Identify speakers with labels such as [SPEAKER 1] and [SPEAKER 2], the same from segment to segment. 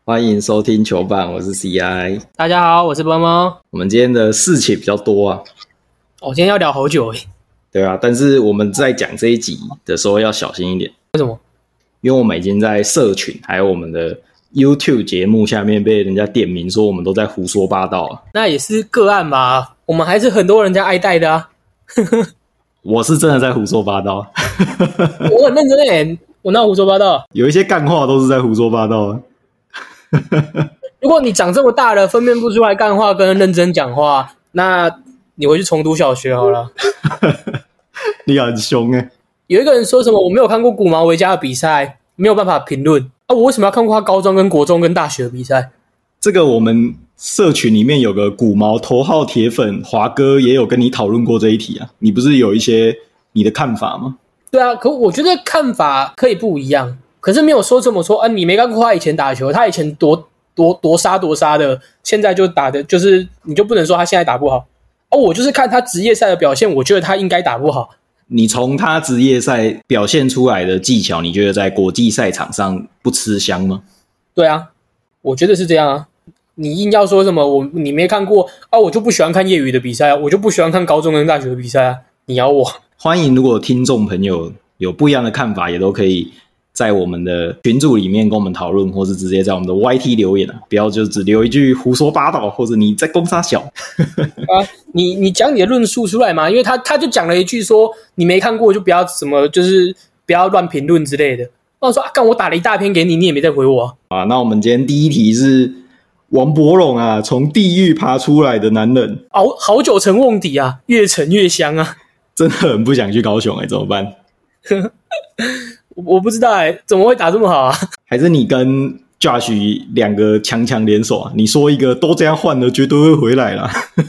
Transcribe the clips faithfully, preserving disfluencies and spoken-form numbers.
[SPEAKER 1] 欢迎收听球棒，我是 C I。
[SPEAKER 2] 大家好，我是波波。
[SPEAKER 1] 我们今天的事情比较多啊，
[SPEAKER 2] 哦，今天要聊好久诶。
[SPEAKER 1] 对啊，但是我们在讲这一集的时候要小心一点。
[SPEAKER 2] 为什么？
[SPEAKER 1] 因为我们已经在社群还有我们的 YouTube 节目下面被人家点名说我们都在胡说八道啊。
[SPEAKER 2] 那也是个案吧，我们还是很多人家爱戴的啊。
[SPEAKER 1] 我是真的在胡说八道。
[SPEAKER 2] 我很认真诶，我哪有胡说八道？
[SPEAKER 1] 有一些干话都是在胡说八道啊。
[SPEAKER 2] 如果你长这么大了分辨不出来干话跟认真讲话，那你回去重读小学好了。
[SPEAKER 1] 你很凶欸。
[SPEAKER 2] 有一个人说什么我没有看过古毛维加的比赛，没有办法评论啊，我为什么要看过他高中跟国中跟大学的比赛？
[SPEAKER 1] 这个我们社群里面有个古毛头号铁粉华哥也有跟你讨论过这一题啊，你不是有一些你的看法吗？
[SPEAKER 2] 对啊，可我觉得看法可以不一样，可是没有说这么说啊，你没看过他以前打球，他以前多多多杀多杀的，现在就打的就是你就不能说他现在打不好哦，我就是看他职业赛的表现，我觉得他应该打不好。
[SPEAKER 1] 你从他职业赛表现出来的技巧，你觉得在国际赛场上不吃香吗？
[SPEAKER 2] 对啊，我觉得是这样啊。你硬要说什么我你没看过啊，我就不喜欢看业余的比赛啊，我就不喜欢看高中跟大学的比赛啊，你咬我。
[SPEAKER 1] 欢迎，如果听众朋友有不一样的看法，也都可以在我们的群组里面跟我们讨论，或是直接在我们的 Y T 留言啊，不要就只留一句胡说八道，或者你在攻杀小。
[SPEAKER 2] 啊，你你讲你的论述出来嘛，因为他他就讲了一句说你没看过就不要什么，就是不要乱评论之类的。我说啊，干我打了一大篇给你，你也没再回我啊。
[SPEAKER 1] 啊，那我们今天第一题是王柏融啊，从地狱爬出来的男人，
[SPEAKER 2] 好好久成瓮底啊，越沉越香啊。
[SPEAKER 1] 真的很不想去高雄欸，怎么办？
[SPEAKER 2] 我不知道欸，怎么会打这么好啊？
[SPEAKER 1] 还是你跟 Josh 两个强强联手啊？你说一个都这样换了，绝对会回来啦。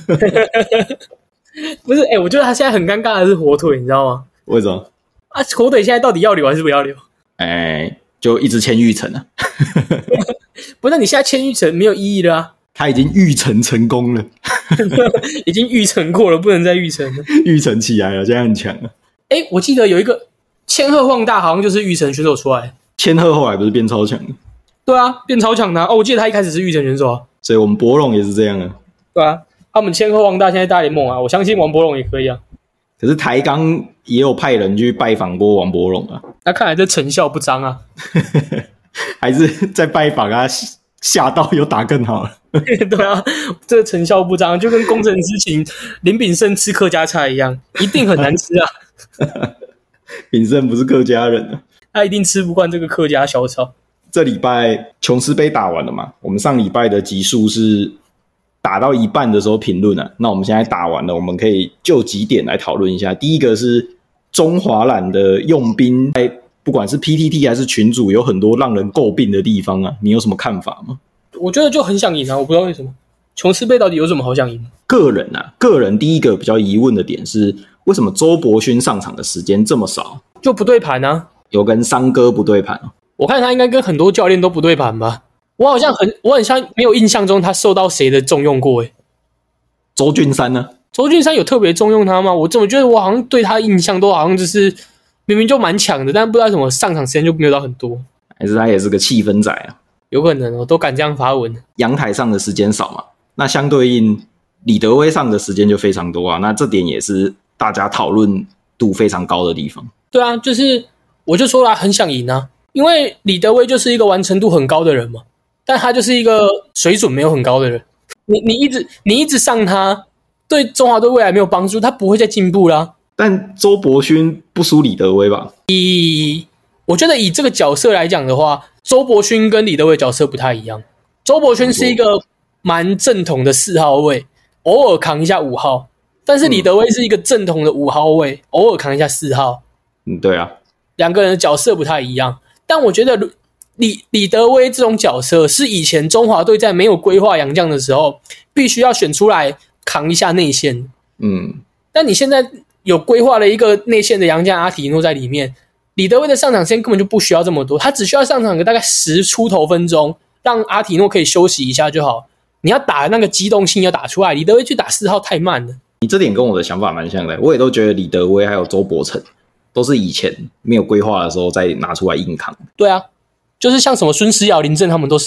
[SPEAKER 2] 不是，欸，我觉得他现在很尴尬的是火腿，你知道吗？
[SPEAKER 1] 为什么？
[SPEAKER 2] 啊，火腿现在到底要留还是不要留？
[SPEAKER 1] 哎，就一直签育成啊。
[SPEAKER 2] 不是，你现在签育成没有意义了啊。
[SPEAKER 1] 他已经育成成功了。
[SPEAKER 2] 已经育成过了，不能再育成了。
[SPEAKER 1] 育成起来了，现在很强了。
[SPEAKER 2] 欸，我记得有一个千鹤晃大好像就是育成选手出来，
[SPEAKER 1] 千鹤后来不是变超强了？
[SPEAKER 2] 对啊，变超强的啊。哦，我记得他一开始是育成选手啊。
[SPEAKER 1] 所以我们柏融也是这样啊。
[SPEAKER 2] 对啊，他们千鹤晃大现在大联盟啊，我相信王柏融也可以啊。
[SPEAKER 1] 可是台钢也有派人去拜访过王柏融啊。
[SPEAKER 2] 那看来这成效不彰啊。
[SPEAKER 1] 还是在拜访啊，吓到又打更好了。
[SPEAKER 2] 对啊，这个成效不彰，就跟工程师请林炳胜吃客家菜一样，一定很难吃啊。
[SPEAKER 1] 炳胜不是客家人啊，
[SPEAKER 2] 他一定吃不惯这个客家小炒。
[SPEAKER 1] 这礼拜琼斯杯打完了嘛？我们上礼拜的集数是打到一半的时候评论啊，那我们现在打完了，我们可以就几点来讨论一下。第一个是中华蓝的用兵，在不管是 P T T 还是群组，有很多让人诟病的地方啊，你有什么看法吗？
[SPEAKER 2] 我觉得就很想赢啊，我不知道为什么。琼斯杯到底有什么好想赢？个
[SPEAKER 1] 人啊，个人第一个比较疑问的点是，为什么周伯勋上场的时间这么少？
[SPEAKER 2] 就不对盘啊，
[SPEAKER 1] 有跟商哥不对盘。
[SPEAKER 2] 我看他应该跟很多教练都不对盘吧。我好像很，我很像没有印象中他受到谁的重用过诶。
[SPEAKER 1] 周俊山呢？
[SPEAKER 2] 周俊山有特别重用他吗？我怎么觉得我好像对他印象都好像就是明明就蛮强的，但不知道怎么上场时间就没有到很多。
[SPEAKER 1] 还是他也是个气氛仔啊？
[SPEAKER 2] 有可能哦，都敢这样发文。
[SPEAKER 1] 阳台上的时间少嘛，那相对应李德威上的时间就非常多啊，那这点也是大家讨论度非常高的地方。
[SPEAKER 2] 对啊，就是我就说了很想赢啊，因为李德威就是一个完成度很高的人嘛，但他就是一个水准没有很高的人。你你一直你一直上他，对中华队未来没有帮助，他不会再进步啦。
[SPEAKER 1] 但周伯勋不输李德威吧？
[SPEAKER 2] 以我觉得以这个角色来讲的话，周伯勋跟李德威角色不太一样。周伯勋是一个蛮正统的四号位，偶尔扛一下五号，但是李德威是一个正统的五号位，偶尔扛一下四号。
[SPEAKER 1] 嗯，对啊，
[SPEAKER 2] 两个人的角色不太一样。但我觉得李李德威这种角色是以前中华队在没有规划洋将的时候，必须要选出来扛一下内线。
[SPEAKER 1] 嗯，
[SPEAKER 2] 但你现在有规划了一个内线的洋将阿提诺在里面。李德威的上场时间根本就不需要这么多，他只需要上场个大概十出头分钟，让阿提诺可以休息一下就好。你要打那个机动性要打出来，李德威去打四号太慢了。
[SPEAKER 1] 你这点跟我的想法蛮像的，我也都觉得李德威还有周伯成都是以前没有规划的时候再拿出来硬扛。
[SPEAKER 2] 对啊，就是像什么孙思尧、林振他们都是啊。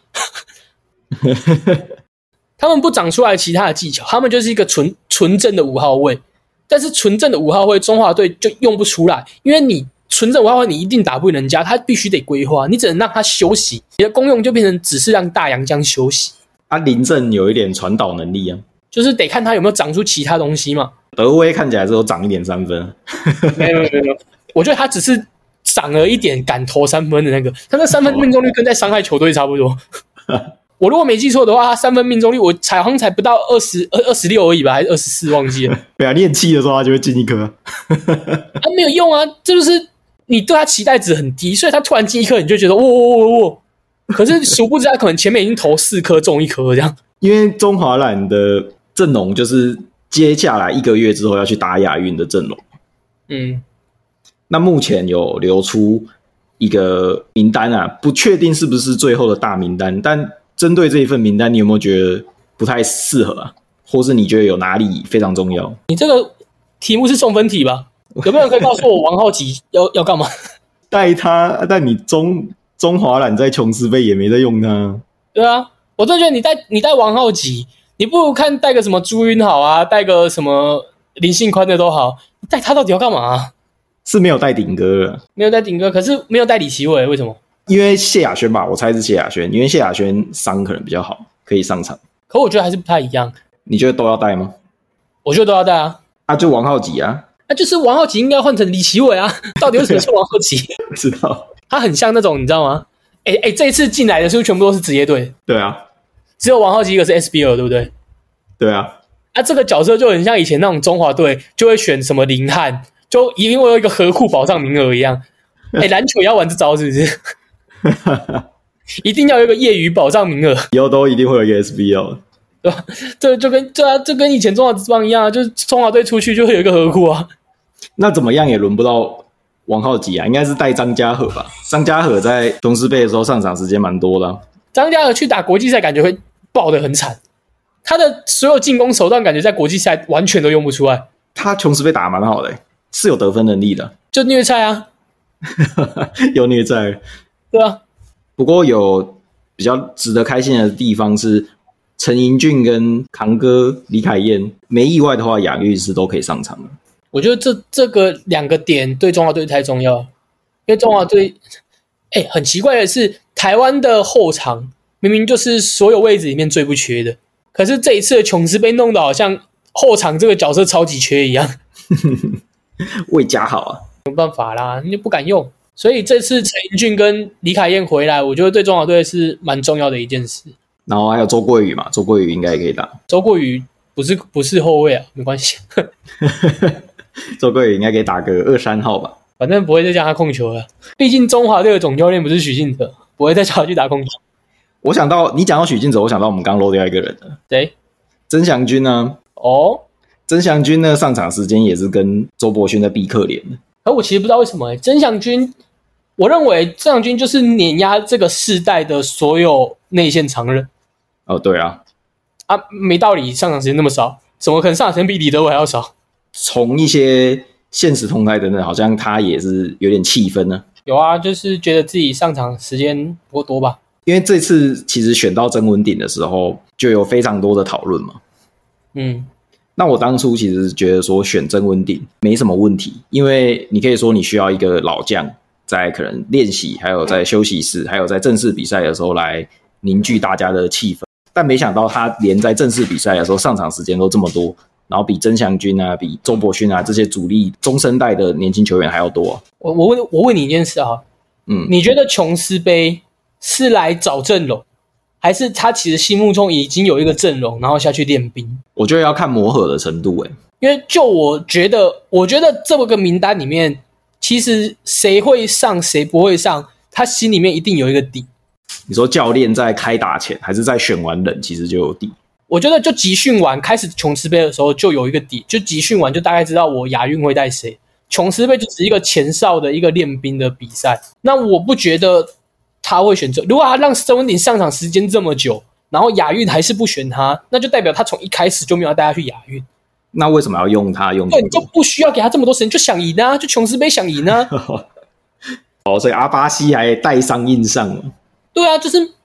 [SPEAKER 2] 他们不长出来其他的技巧，他们就是一个纯纯正的五号位。但是纯正的五号位，中华队就用不出来，因为你纯正五号位，你一定打不赢人家，他必须得规划，你只能让他休息，你的功用就变成只是让大洋将休息。
[SPEAKER 1] 啊，林振有一点传导能力啊，
[SPEAKER 2] 就是得看他有没有长出其他东西嘛。
[SPEAKER 1] 德威看起来是有长一点三分，
[SPEAKER 2] 没有没有没有，我觉得他只是长了一点敢投三分的那个，他那三分命中率跟在伤害球队差不多。我如果没记错的话，他三分命中率我好像才不到二十二十六而已吧，还是二十四忘记了。
[SPEAKER 1] 对啊，练气的时候他就会进一颗，啊
[SPEAKER 2] 没有用啊，这就是你对他期待值很低，所以他突然进一颗，你就觉得哇哇哇哇。可是殊不知他可能前面已经投四颗中一颗这样。
[SPEAKER 1] 因为中华蓝的阵容就是接下来一个月之后要去打亚运的阵容。
[SPEAKER 2] 嗯，
[SPEAKER 1] 那目前有流出一个名单啊，不确定是不是最后的大名单，但针对这一份名单，你有没有觉得不太适合啊？或是你觉得有哪里非常重要？
[SPEAKER 2] 你这个题目是送分题吧？有没有人可以告诉我王浩吉要要干嘛？
[SPEAKER 1] 带他，但你中中华蓝在琼斯杯也没在用他。
[SPEAKER 2] 对啊，我真的觉得你带你带王浩吉，你不如看带个什么朱云好啊，带个什么林信宽的都好，你带他到底要干嘛啊？
[SPEAKER 1] 是没有带顶哥了，
[SPEAKER 2] 没有带顶哥，可是没有带李奇伟，为什么？
[SPEAKER 1] 因为谢亚轩吧，我猜是谢亚轩，因为谢亚轩伤可能比较好，可以上场。
[SPEAKER 2] 可我觉得还是不太一样。
[SPEAKER 1] 你觉得都要带吗？
[SPEAKER 2] 我觉得都要带啊。
[SPEAKER 1] 啊，就王浩吉啊。
[SPEAKER 2] 那、啊、就是王浩吉应该换成李奇伟啊。到底为什么是王浩吉？
[SPEAKER 1] 不知道。
[SPEAKER 2] 他很像那种，你知道吗？哎哎，这一次进来的是不是全部都是职业队？
[SPEAKER 1] 对啊。
[SPEAKER 2] 只有王浩吉一个是 S B L， 对不对？
[SPEAKER 1] 对啊。
[SPEAKER 2] 啊，这个角色就很像以前那种中华队就会选什么林汉，就一定会有一个河库保障名额一样。哎，篮球也要玩这招是不是？一定要有一个业余保障名额，
[SPEAKER 1] 以后都一定会有一个 S B L，
[SPEAKER 2] 对吧？这就跟这啊，这跟以前中华职棒一样啊，就是中华队出去就会有一个河库啊。
[SPEAKER 1] 那怎么样也轮不到王浩吉啊，应该是带张家和吧？张家和在琼斯杯的时候上场时间蛮多的、啊。
[SPEAKER 2] 张家和去打国际赛，感觉会爆得很惨。他的所有进攻手段，感觉在国际赛完全都用不出来。
[SPEAKER 1] 他琼斯杯打得蛮好的、欸，是有得分能力的，
[SPEAKER 2] 就虐菜啊，
[SPEAKER 1] 有虐菜，
[SPEAKER 2] 对啊。
[SPEAKER 1] 不过有比较值得开心的地方是，陈盈俊跟扛哥李凯燕，没意外的话，亚运是都可以上场的。
[SPEAKER 2] 我觉得这这个两个点对中华队太重要了，因为中华队，哎，很奇怪的是，台湾的后场明明就是所有位置里面最不缺的，可是这一次的琼斯杯弄得好像后场这个角色超级缺一样。
[SPEAKER 1] 魏家好啊，
[SPEAKER 2] 没办法啦，你就不敢用。所以这次陈盈俊跟李凯燕回来，我觉得对中华队是蛮重要的一件事。
[SPEAKER 1] 然后还有周桂宇嘛，周桂宇应该也可以打。
[SPEAKER 2] 周桂宇不是不是后卫啊，没关系。
[SPEAKER 1] 周桂宇应该可以打个二三号吧，
[SPEAKER 2] 反正不会再叫他控球了。毕竟中华队的总教练不是许晋哲，不会再叫他去打控球。
[SPEAKER 1] 我想到你讲到许晋哲，我想到我们刚漏掉一个人了。
[SPEAKER 2] 谁？
[SPEAKER 1] 曾祥军呢？
[SPEAKER 2] 哦，
[SPEAKER 1] 曾祥军呢上场时间也是跟周伯勋在逼克联的。
[SPEAKER 2] 而我其实不知道为什么、欸，曾祥军，我认为曾祥军就是碾压这个世代的所有内线常人。
[SPEAKER 1] 哦，对啊，
[SPEAKER 2] 啊，没道理，上场时间那么少，怎么可能上场时间比李德伟还要少？
[SPEAKER 1] 从一些现实动态等等，好像他也是有点气愤呢。
[SPEAKER 2] 有啊，就是觉得自己上场时间不够多吧。
[SPEAKER 1] 因为这次其实选到曾文鼎的时候，就有非常多的讨论嘛。
[SPEAKER 2] 嗯，
[SPEAKER 1] 那我当初其实觉得说选曾文鼎没什么问题，因为你可以说你需要一个老将，在可能练习，还有在休息室，还有在正式比赛的时候来凝聚大家的气氛。但没想到他连在正式比赛的时候上场时间都这么多，然后比曾祥军啊、比周伯勋啊这些主力中生代的年轻球员还要多、啊。
[SPEAKER 2] 我我问我问你一件事啊，
[SPEAKER 1] 嗯，
[SPEAKER 2] 你觉得琼斯杯是来找阵容，还是他其实心目中已经有一个阵容，然后下去练兵？
[SPEAKER 1] 我觉得要看磨合的程度、欸，
[SPEAKER 2] 因为就我觉得，我觉得这么个名单里面，其实谁会上谁不会上，他心里面一定有一个底。
[SPEAKER 1] 你说教练在开打前还是在选完人其实就有底？
[SPEAKER 2] 我觉得就集训完开始琼斯杯的时候就有一个底，就集训完就大概知道我亚运会带谁。琼斯杯就只是一个前哨的一个练兵的比赛，那我不觉得他会选择。如果他让曾文鼎上场时间这么久，然后亚运还是不选他，那就代表他从一开始就没有带他去亚运。
[SPEAKER 1] 那为什么要用他用？
[SPEAKER 2] 对，你就不需要给他这么多时间，就想赢啊，就琼斯杯想赢啊。
[SPEAKER 1] 哦，所以阿巴西还带伤硬上了。
[SPEAKER 2] 对啊，就是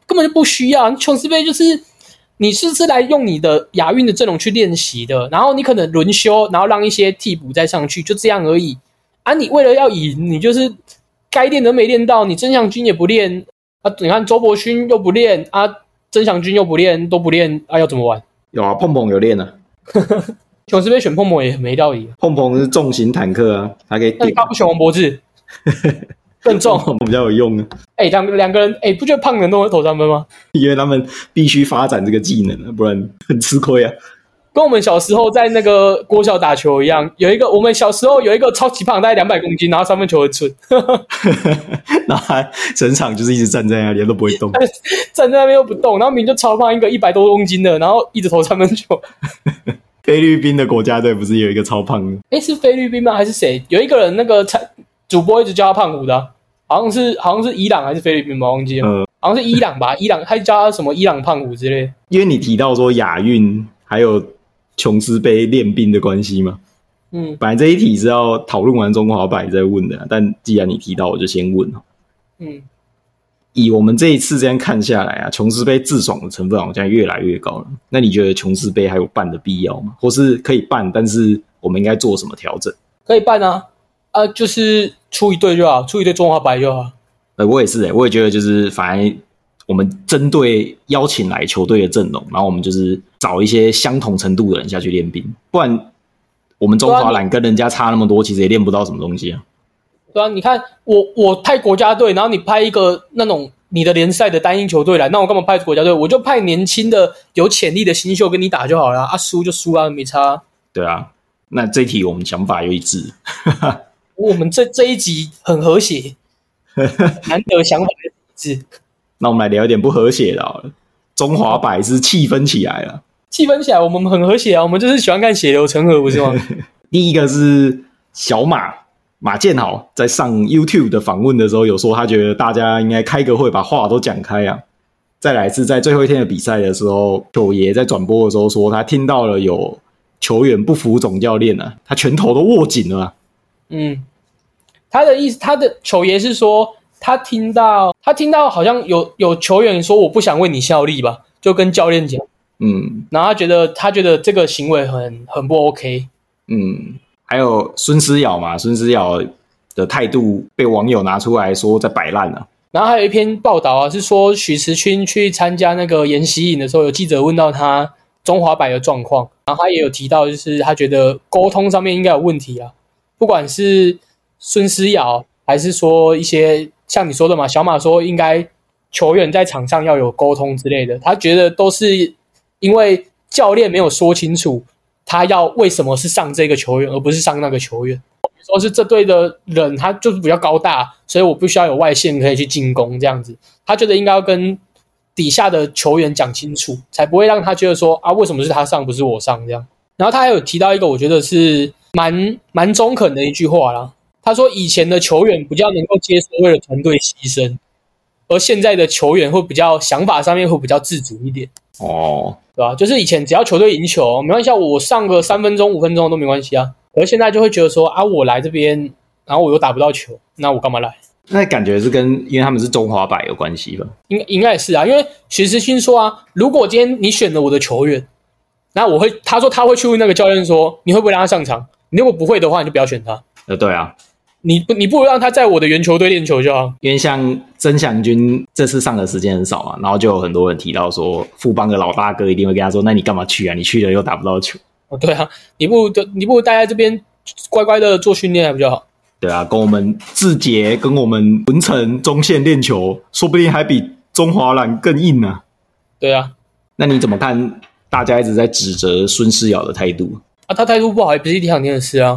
[SPEAKER 2] 根本就不需要。琼斯杯就是你是是来用你的亚运的阵容去练习的，然后你可能轮休，然后让一些替补再上去，就这样而已。啊，你为了要赢，你就是该练的没练到，你曾祥军也不练啊，你看周伯勋又不练啊，曾祥军又不练，都不练啊，要怎么玩？
[SPEAKER 1] 有啊，碰碰有练啊。
[SPEAKER 2] 琼斯杯选碰碰也没道理。
[SPEAKER 1] 碰碰是重型坦克啊，他可以顶。
[SPEAKER 2] 那他不选王柏智更重，
[SPEAKER 1] 比较有用啊。
[SPEAKER 2] 哎、欸，两两个人，哎、欸，不觉得胖人都会投三分吗？
[SPEAKER 1] 因为他们必须发展这个技能，不然很吃亏啊。
[SPEAKER 2] 跟我们小时候在那个国小打球一样，有一个我们小时候有一个超级胖，大概两百公斤，然后三分球会寸，
[SPEAKER 1] 然后他整场就是一直站在那里都不会动，
[SPEAKER 2] 站在那边又不动，然后明明就超胖一个一百多公斤的，然后一直投三分球。
[SPEAKER 1] 菲律宾的国家队不是有一个超胖的？
[SPEAKER 2] 哎，是菲律宾吗？还是谁？有一个人那个主播一直叫他胖虎的、啊，好像是好像是伊朗还是菲律宾吧，忘记了。嗯，好像是伊朗吧，伊朗他叫他什么伊朗胖虎之类的。
[SPEAKER 1] 因为你提到说亚运还有琼斯杯练兵的关系嘛，嗯，本来这一题是要讨论完中华白再问的，但既然你提到，我就先问。嗯，以我们这一次这样看下来啊，琼斯杯自爽的成分好像越来越高了。那你觉得琼斯杯还有办的必要吗？或是可以办，但是我们应该做什么调整？
[SPEAKER 2] 可以办啊，啊，就是出一队就好，出一队中华白就好。
[SPEAKER 1] 呃，我也是、欸，我也觉得就是反正我们针对邀请来球队的阵容，然后我们就是找一些相同程度的人下去练兵，不然我们中华篮跟人家差那么多，其实也练不到什么东西啊。
[SPEAKER 2] 对啊，你看我我派国家队，然后你派一个那种你的联赛的单一球队来，那我干嘛派国家队？我就派年轻的有潜力的新秀跟你打就好了啊，输就输啊，没差。
[SPEAKER 1] 对啊，那这一题我们想法又一致。
[SPEAKER 2] 我们这这一集很和谐，难得想法一致。
[SPEAKER 1] 那我们来聊一点不和谐的好了。中华白是气氛起来了，
[SPEAKER 2] 气氛起来，我们很和谐啊，我们就是喜欢看血流成河，不是吗？
[SPEAKER 1] 第一个是小马马建豪在上 YouTube 的访问的时候有说，他觉得大家应该开个会把话都讲开啊。再来是在最后一天的比赛的时候，九爷在转播的时候说，他听到了有球员不服总教练啊，他拳头都握紧了、啊。嗯，
[SPEAKER 2] 他的意思，他的球爷是说，他听到他听到好像有有球员说我不想为你效力吧，就跟教练讲，嗯，然后他觉得他觉得这个行为很很不 OK，
[SPEAKER 1] 嗯，还有孙思尧嘛，孙思尧的态度被网友拿出来说在摆烂了。
[SPEAKER 2] 然后还有一篇报道啊，是说许时勋去参加那个研习营的时候，有记者问到他中华白的状况，然后他也有提到，就是他觉得沟通上面应该有问题啊，不管是孙思尧还是说一些像你说的嘛，小马说应该球员在场上要有沟通之类的，他觉得都是因为教练没有说清楚他要为什么是上这个球员而不是上那个球员，说是这队的人他就是比较高大，所以我必须要有外线可以去进攻这样子，他觉得应该要跟底下的球员讲清楚，才不会让他觉得说啊为什么是他上不是我上这样。然后他还有提到一个我觉得是蛮蛮中肯的一句话啦，他说以前的球员比较能够接受为了团队牺牲，而现在的球员会比较想法上面会比较自主一点哦，对吧？就是以前只要球队赢球没关系，我上个三分钟五分钟都没关系啊，而现在就会觉得说啊我来这边然后我又打不到球，那我干嘛来？
[SPEAKER 1] 那感觉是跟因为他们是中华白有关系吧？
[SPEAKER 2] 应应该也是啊，因为许时勋说啊，如果今天你选了我的球员，那我会他说他会去问那个教练说你会不会让他上场，你如果不会的话你就不要选他。
[SPEAKER 1] 呃，对啊，
[SPEAKER 2] 你不你不如让他在我的原球队练球就好。
[SPEAKER 1] 因为像曾祥军这次上的时间很少嘛，然后就有很多人提到说富邦的老大哥一定会跟他说，那你干嘛去啊？你去了又打不到球。
[SPEAKER 2] 哦，对啊，你不如你不如待在这边乖乖的做训练还比较好。
[SPEAKER 1] 对啊，跟我们志杰跟我们文成中线练球，说不定还比中华篮更硬呢、啊。
[SPEAKER 2] 对啊，
[SPEAKER 1] 那你怎么看大家一直在指责孙思尧的态度？
[SPEAKER 2] 啊，他态度不好也不是一两天的事啊。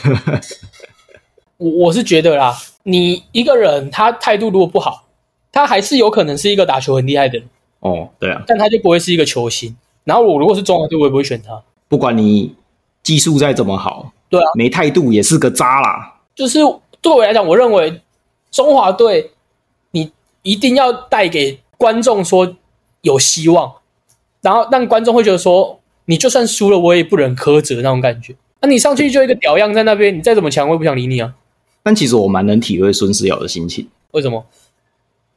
[SPEAKER 2] 我我是觉得啦，你一个人他态度如果不好，他还是有可能是一个打球很厉害的人。
[SPEAKER 1] 哦，对啊，
[SPEAKER 2] 但他就不会是一个球星。然后我如果是中华队，我也不会选他。
[SPEAKER 1] 不管你技术再怎么好，
[SPEAKER 2] 对啊，
[SPEAKER 1] 没态度也是个渣啦。
[SPEAKER 2] 就是对我来讲，我认为中华队你一定要带给观众说有希望，然后让观众会觉得说，你就算输了，我也不忍苛责那种感觉。那、啊、你上去就一个屌样在那边，你再怎么强，我也不想理你啊。
[SPEAKER 1] 但其实我蛮能体会孙思尧的心情。
[SPEAKER 2] 为什么？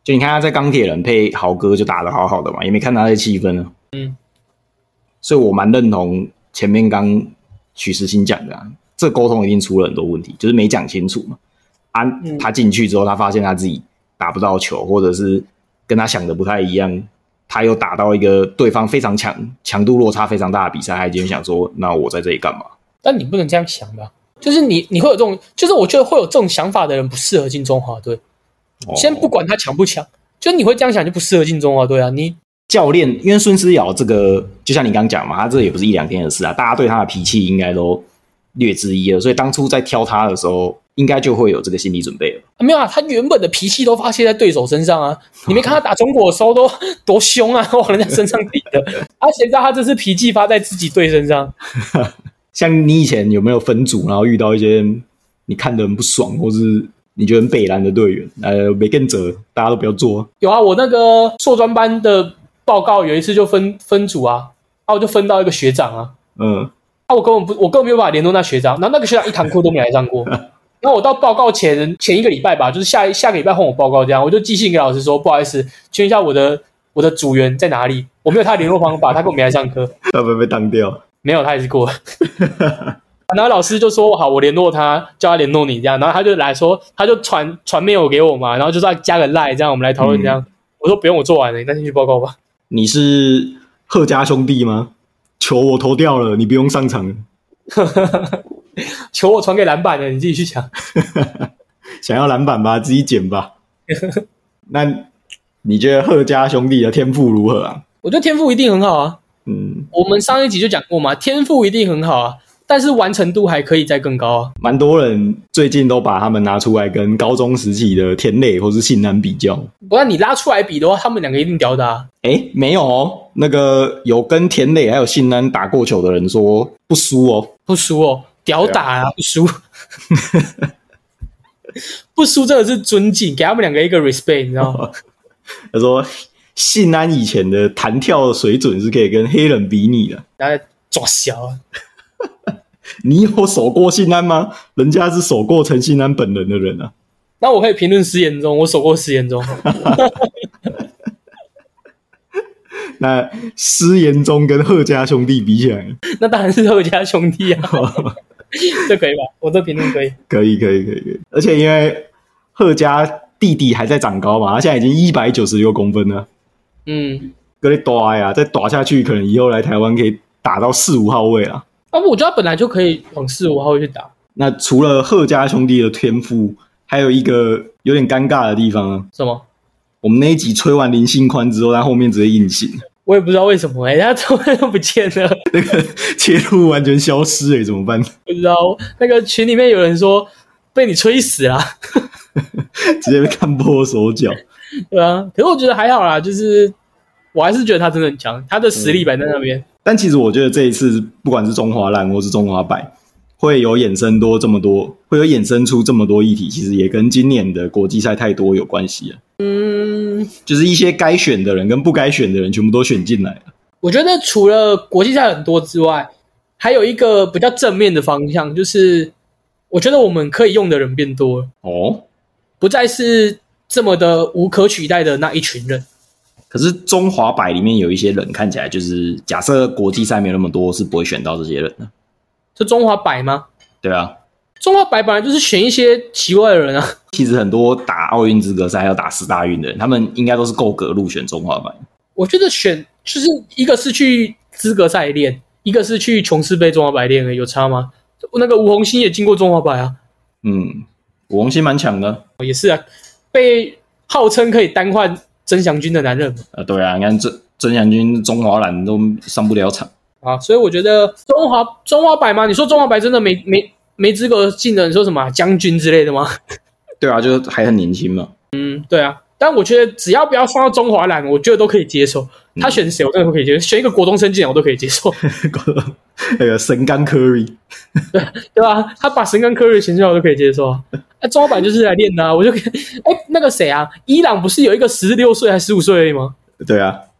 [SPEAKER 1] 就你看他在钢铁人配豪哥就打得好好的嘛，也没看他的气氛啊。
[SPEAKER 2] 嗯，
[SPEAKER 1] 所以我蛮认同前面刚许时清讲的、啊，这沟通一定出了很多问题，就是没讲清楚嘛。啊，
[SPEAKER 2] 嗯、
[SPEAKER 1] 他进去之后，他发现他自己打不到球，或者是跟他想的不太一样，他又打到一个对方非常强、强度落差非常大的比赛，他已经想说，那我在这里干嘛？
[SPEAKER 2] 但你不能这样想吧？就是你你会有这种，就是我觉得会有这种想法的人不适合进中华队。哦、先不管他强不强，就你会这样想就不适合进中华队啊。你
[SPEAKER 1] 教练，因为孙思尧这个，就像你刚刚讲嘛，他这也不是一两天的事啊，大家对他的脾气应该都略知一二，所以当初在挑他的时候，应该就会有这个心理准备了。
[SPEAKER 2] 啊、没有啊，他原本的脾气都发泄在对手身上啊！你没看他打中国的时候都多凶啊，往人家身上抵的。啊，谁知道他这次脾气发在自己队身上？
[SPEAKER 1] 像你以前有没有分组，然后遇到一些你看得很不爽，或是你觉得很北蓝的队员，呃，没跟责，大家都不要做。
[SPEAKER 2] 有啊，我那个硕专班的报告有一次就分分组啊，啊，我就分到一个学长啊，
[SPEAKER 1] 嗯，
[SPEAKER 2] 啊，我根本不，我根本没有办法联络那学长，然后那个学长一堂课都没来上过。然后我到报告前前一个礼拜吧，就是下下个礼拜换我报告这样，我就寄信给老师说，不好意思，请问一下我的我的组员在哪里？我没有他的联络方法，他根本没来上课。
[SPEAKER 1] 他会不会被当掉？
[SPEAKER 2] 没有，他也是过了。然后老师就说好，我联络他，叫他联络你这样。然后他就来说，他就传传 mail 给我嘛，然后就说加个 line 这样，我们来讨论这样。嗯、我说不用，我做完了，你再进去报告吧。
[SPEAKER 1] 你是贺家兄弟吗？球我投掉了，你不用上场。
[SPEAKER 2] 球我传给篮板了，你自己去抢。
[SPEAKER 1] 想要篮板吧，自己捡吧。那你觉得贺家兄弟的天赋如何啊？
[SPEAKER 2] 我觉得天赋一定很好啊。
[SPEAKER 1] 嗯，
[SPEAKER 2] 我们上一集就讲过嘛，天赋一定很好啊，但是完成度还可以再更高啊。
[SPEAKER 1] 蛮多人最近都把他们拿出来跟高中时期的田磊或是信男比较。
[SPEAKER 2] 不然你拉出来比的话，他们两个一定屌的啊。
[SPEAKER 1] 诶，没有哦，那个有跟田磊还有信男打过球的人说不输哦，
[SPEAKER 2] 不输哦，屌打啊，不输。不输真的是尊敬，给他们两个一个 respect， 你知道吗？
[SPEAKER 1] 他说信安以前的弹跳水准是可以跟黑人比拟的，
[SPEAKER 2] 然后抓小啊。
[SPEAKER 1] 你有守过信安吗？人家是守过陈信安本人的人啊。
[SPEAKER 2] 那我可以评论施延中，我守过施延中。
[SPEAKER 1] 那施延中跟贺家兄弟比起来，
[SPEAKER 2] 那当然是贺家兄弟啊。这可以吧？我这评论可以。
[SPEAKER 1] 可以，可以，可以，可以。而且因为贺家弟弟还在长高嘛，他现在已经一百九十六公分了。
[SPEAKER 2] 嗯，
[SPEAKER 1] 跟你打呀，再打下去，可能以后来台湾可以打到四五号位啊。
[SPEAKER 2] 啊，我觉得他本来就可以往四五号位去打。
[SPEAKER 1] 那除了贺家兄弟的天赋，还有一个有点尴尬的地方啊。
[SPEAKER 2] 什么？
[SPEAKER 1] 我们那一集吹完林信宽之后，他后面直接隐形。
[SPEAKER 2] 我也不知道为什么哎、欸，他突然都不见了，
[SPEAKER 1] 那个切入完全消失哎、欸，怎么办？
[SPEAKER 2] 不知道。那个群里面有人说被你吹死啦，
[SPEAKER 1] 直接被看破手脚。
[SPEAKER 2] 对啊，可是我觉得还好啦，就是我还是觉得他真的很强，他的实力摆在那边、嗯。
[SPEAKER 1] 但其实我觉得这一次，不管是中华蓝或是中华白，会有衍生多这么多，会有衍生出这么多议题，其实也跟今年的国际赛太多有关系了。嗯，就是一些该选的人跟不该选的人全部都选进来了。
[SPEAKER 2] 我觉得除了国际赛很多之外，还有一个比较正面的方向，就是我觉得我们可以用的人变多了。哦，不再是这么的无可取代的那一群人。
[SPEAKER 1] 可是中华白里面有一些人看起来就是假设国际赛没有那么多，是不会选到这些人的。
[SPEAKER 2] 是中华白吗？
[SPEAKER 1] 对啊，
[SPEAKER 2] 中华白本来就是选一些奇怪的人啊。
[SPEAKER 1] 其实很多打奥运资格赛还有打十大运的人，他们应该都是够格入选中华白。我
[SPEAKER 2] 觉得选就是一个是去资格赛练，一个是去琼斯杯中华白练，有差吗？那个吴宏兴也经过中华白啊。
[SPEAKER 1] 嗯，吴宏兴蛮强的，
[SPEAKER 2] 也是啊，被号称可以单换曾祥军的男人。
[SPEAKER 1] 呃，对啊，你看这曾祥军中华蓝都上不了场
[SPEAKER 2] 啊，所以我觉得中华中华白吗？你说中华白真的没没没资格进的，你说什么将军之类的吗？
[SPEAKER 1] 对啊，就是还很年轻嘛。
[SPEAKER 2] 嗯，对啊，但我觉得只要不要放到中华蓝，我觉得都可以接受。他选谁我真的都可以接受，选一个国中生进来我都可以接受。
[SPEAKER 1] 那个神冈科瑞，
[SPEAKER 2] 对对吧？他把神冈科瑞选出来我都可以接受啊。那中华白就是来练的啊，我就可以。哎，那个谁啊，伊朗不是有一个十六岁还十五岁而已吗？
[SPEAKER 1] 对啊，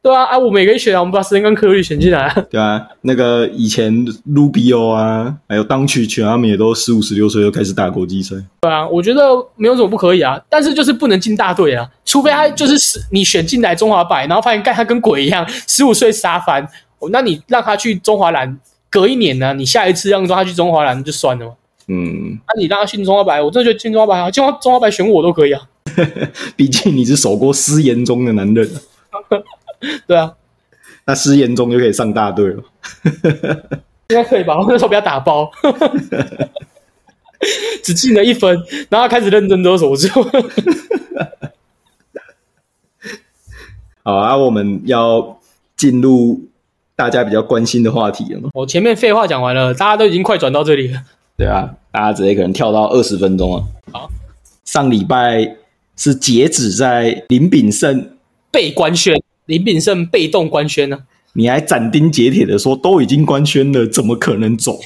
[SPEAKER 2] 对啊，啊，我们也可以选啊，我们把时间跟科率选进来啊。
[SPEAKER 1] 对啊，那个以前 Rubio 啊，还有当曲全他们也都十五、十六岁就开始打国际赛。
[SPEAKER 2] 对啊，我觉得没有什么不可以啊，但是就是不能进大队啊，除非他就是你选进来中华白，然后发现干他跟鬼一样，十五岁杀翻，那你让他去中华蓝，隔一年呢、啊，你下一次让他去中华蓝就算了嘛。
[SPEAKER 1] 嗯，
[SPEAKER 2] 那、啊、你让他进中华白，我真的觉得进中华白啊，进中华白选我都可以啊。
[SPEAKER 1] 毕竟你是守过失言中的男人。
[SPEAKER 2] 对啊，
[SPEAKER 1] 那失言中就可以上大队了。
[SPEAKER 2] 应该可以吧？我那时候比较打包，只进了一分，然后开始认真丢手之后。
[SPEAKER 1] 好啊，我们要进入大家比较关心的话题了吗？
[SPEAKER 2] 我前面废话讲完了，大家都已经快转到这里了。
[SPEAKER 1] 对啊，大家直接可能跳到二十分钟了。
[SPEAKER 2] 好，
[SPEAKER 1] 上礼拜是截止在林秉胜
[SPEAKER 2] 被官宣，林秉胜被动官宣呢、啊？
[SPEAKER 1] 你还斩钉截铁的说都已经官宣了，怎么可能走？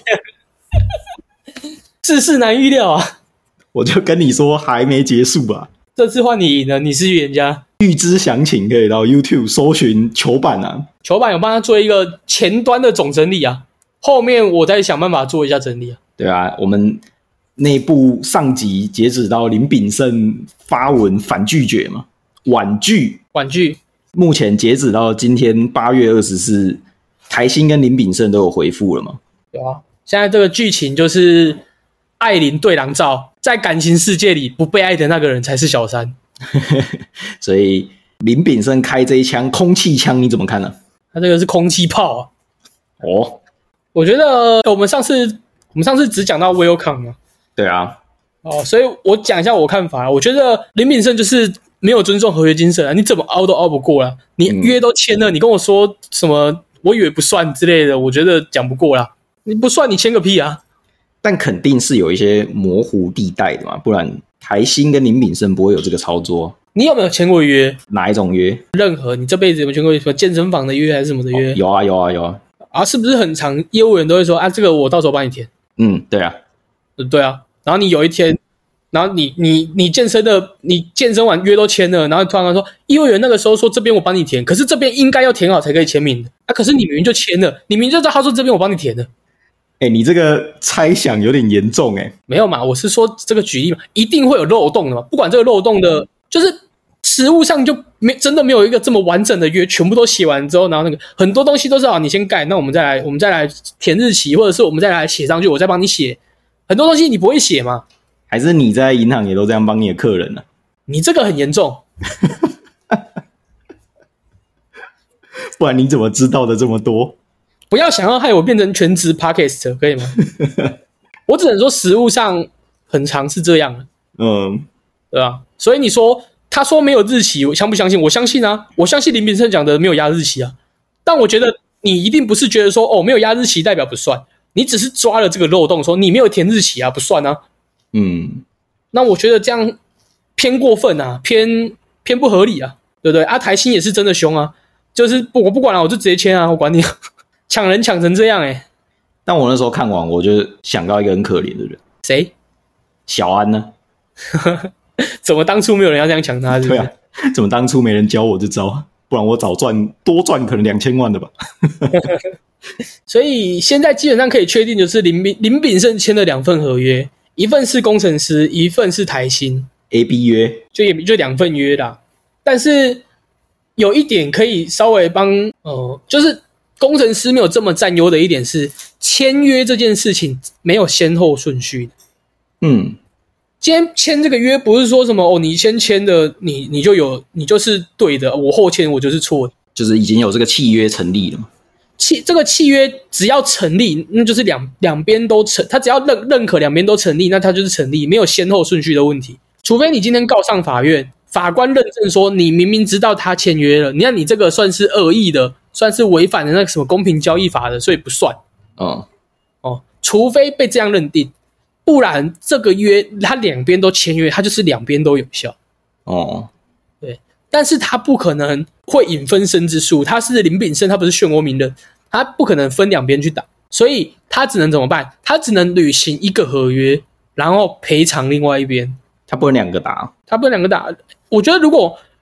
[SPEAKER 2] 世事难预料啊！
[SPEAKER 1] 我就跟你说还没结束吧。
[SPEAKER 2] 这次换你赢了，你是预言家。
[SPEAKER 1] 预知详情可以到 YouTube 搜寻球板啊，
[SPEAKER 2] 球板有帮他做一个前端的总整理啊，后面我再想办法做一下整理啊。
[SPEAKER 1] 对啊，我们内部上集截止到林秉胜发文反拒绝嘛，婉拒，
[SPEAKER 2] 婉拒。
[SPEAKER 1] 目前截止到今天八月二十四，台新跟林秉胜都有回复了嘛？
[SPEAKER 2] 对啊，现在这个剧情就是艾琳对狼照，在感情世界里不被爱的那个人才是小三。
[SPEAKER 1] 所以林秉胜开这一枪空气枪你怎么看呢？
[SPEAKER 2] 他这个是空气炮啊。
[SPEAKER 1] 哦，
[SPEAKER 2] 我觉得我们上次我们上次只讲到 Welcome 啊。
[SPEAKER 1] 对啊。
[SPEAKER 2] 哦，所以我讲一下我看法。我觉得林秉胜就是没有尊重合约精神啊，你怎么凹都凹不过啦。你约都签了，嗯、你跟我说什么我以为不算之类的，我觉得讲不过啦。你不算你签个屁啊。
[SPEAKER 1] 但肯定是有一些模糊地带的嘛，不然台新跟林秉胜不会有这个操作。
[SPEAKER 2] 你有没有签过约？
[SPEAKER 1] 哪一种约？任
[SPEAKER 2] 何，你这辈子有没有签过什么健身房的约还是什么的约？
[SPEAKER 1] 哦、有啊有啊有啊。
[SPEAKER 2] 啊，是不是很常业务员都会说啊，这个我到时候帮你填。
[SPEAKER 1] 嗯，对啊，
[SPEAKER 2] 对啊。然后你有一天，然后你你你健身的，你健身完约都签了，然后突然说业务员那个时候说这边我帮你填，可是这边应该要填好才可以签名的啊，可是你明明就签了，你明明就知道他说这边我帮你填的。
[SPEAKER 1] 欸，你这个猜想有点严重欸。
[SPEAKER 2] 没有嘛，我是说这个举例嘛，一定会有漏洞的嘛。不管这个漏洞的，就是实务上就没真的没有一个这么完整的约，全部都写完之后，然后那个很多东西都是好，你先盖，那我们再来，我们再来填日期，或者是我们再来写上去，我再帮你写。很多东西你不会写吗？
[SPEAKER 1] 还是你在银行也都这样帮你的客人呢？
[SPEAKER 2] 你这个很严重。
[SPEAKER 1] 不然你怎么知道的这么多？
[SPEAKER 2] 不要想要害我变成全职 Podcast 可以吗？我只能说实务上很常是这样。嗯，对吧？所以你说他说没有日期，我相不相信？我相信啊，我相信林秉胜讲的没有压日期啊。但我觉得你一定不是觉得说哦没有压日期代表不算，你只是抓了这个漏洞，说你没有填日期啊，不算啊。嗯，那我觉得这样偏过分啊，偏偏不合理啊，对不对？啊，台新也是真的凶啊，就是不我不管了，我就直接签啊，我管你。抢人抢成这样欸。
[SPEAKER 1] 但我那时候看完我就想到一个很可怜的人。
[SPEAKER 2] 谁？
[SPEAKER 1] 小安呢？
[SPEAKER 2] 怎么当初没有人要这样抢他是不是？
[SPEAKER 1] 对啊，怎么当初没人教我这招？不然我早赚多赚可能两千万的吧。
[SPEAKER 2] 所以现在基本上可以确定就是林林秉胜签了两份合约，一份是工程师，一份是台新
[SPEAKER 1] A B 约，
[SPEAKER 2] 就也就两份约啦。但是有一点可以稍微帮呃，就是工程师没有这么占优的一点是，签约这件事情没有先后顺序的。嗯，今天签这个约不是说什么哦，你先签的，你你就有，你就是对的，我后签我就是错的，
[SPEAKER 1] 就是已经有这个契约成立了嘛。
[SPEAKER 2] 契这个契约只要成立，那就是两两边都成，他只要认认可两边都成立，那他就是成立，没有先后顺序的问题。除非你今天告上法院，法官认证说你明明知道他签约了，你看你这个算是恶意的。算是违反了那个什么公平交易法的，所以不算。哦哦，除非被这样认定，不然这个约他两边都签约，他就是两边都有效。哦，对，但是他不可能会引分身之术，他是林秉胜，他不是漩涡鸣人，他不可能分两边去打，所以他只能怎么办？他只能履行一个合约，然后赔偿另外一边。
[SPEAKER 1] 他不能两个打，
[SPEAKER 2] 他不能两个打。我觉得如果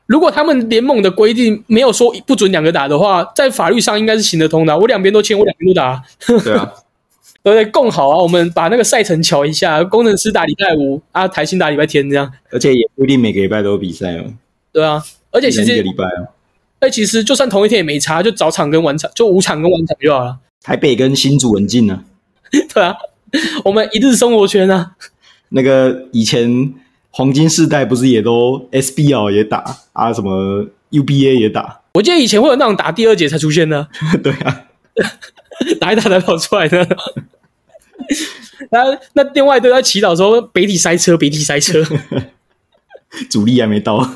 [SPEAKER 2] 如果他们联盟的规定没有说不准两个打的话，在法律上应该是行得通的、啊。我两边都签，我两边都打、啊。
[SPEAKER 1] 对啊，
[SPEAKER 2] 对不对？共好啊，我们把那个赛程瞧一下，工程师打礼拜五啊，台新打礼拜天这样。
[SPEAKER 1] 而且也不一定每个礼拜都有比赛哦。
[SPEAKER 2] 对啊，而且其实
[SPEAKER 1] 一个礼拜啊，
[SPEAKER 2] 哎，其实就算同一天也没差，就早场跟晚场，就午场跟晚场就好了。
[SPEAKER 1] 台北跟新竹很近啊。
[SPEAKER 2] 对啊，我们一日生活圈啊。
[SPEAKER 1] 那个以前黄金世代不是也都 S B L 也打啊，什么 U B A 也打。
[SPEAKER 2] 我记得以前会有那种打第二节才出现的。
[SPEAKER 1] 对啊，
[SPEAKER 2] 打一打才跑出来的。然后那另外一队在祈祷说北体塞车，北体塞车，
[SPEAKER 1] 主力还没到。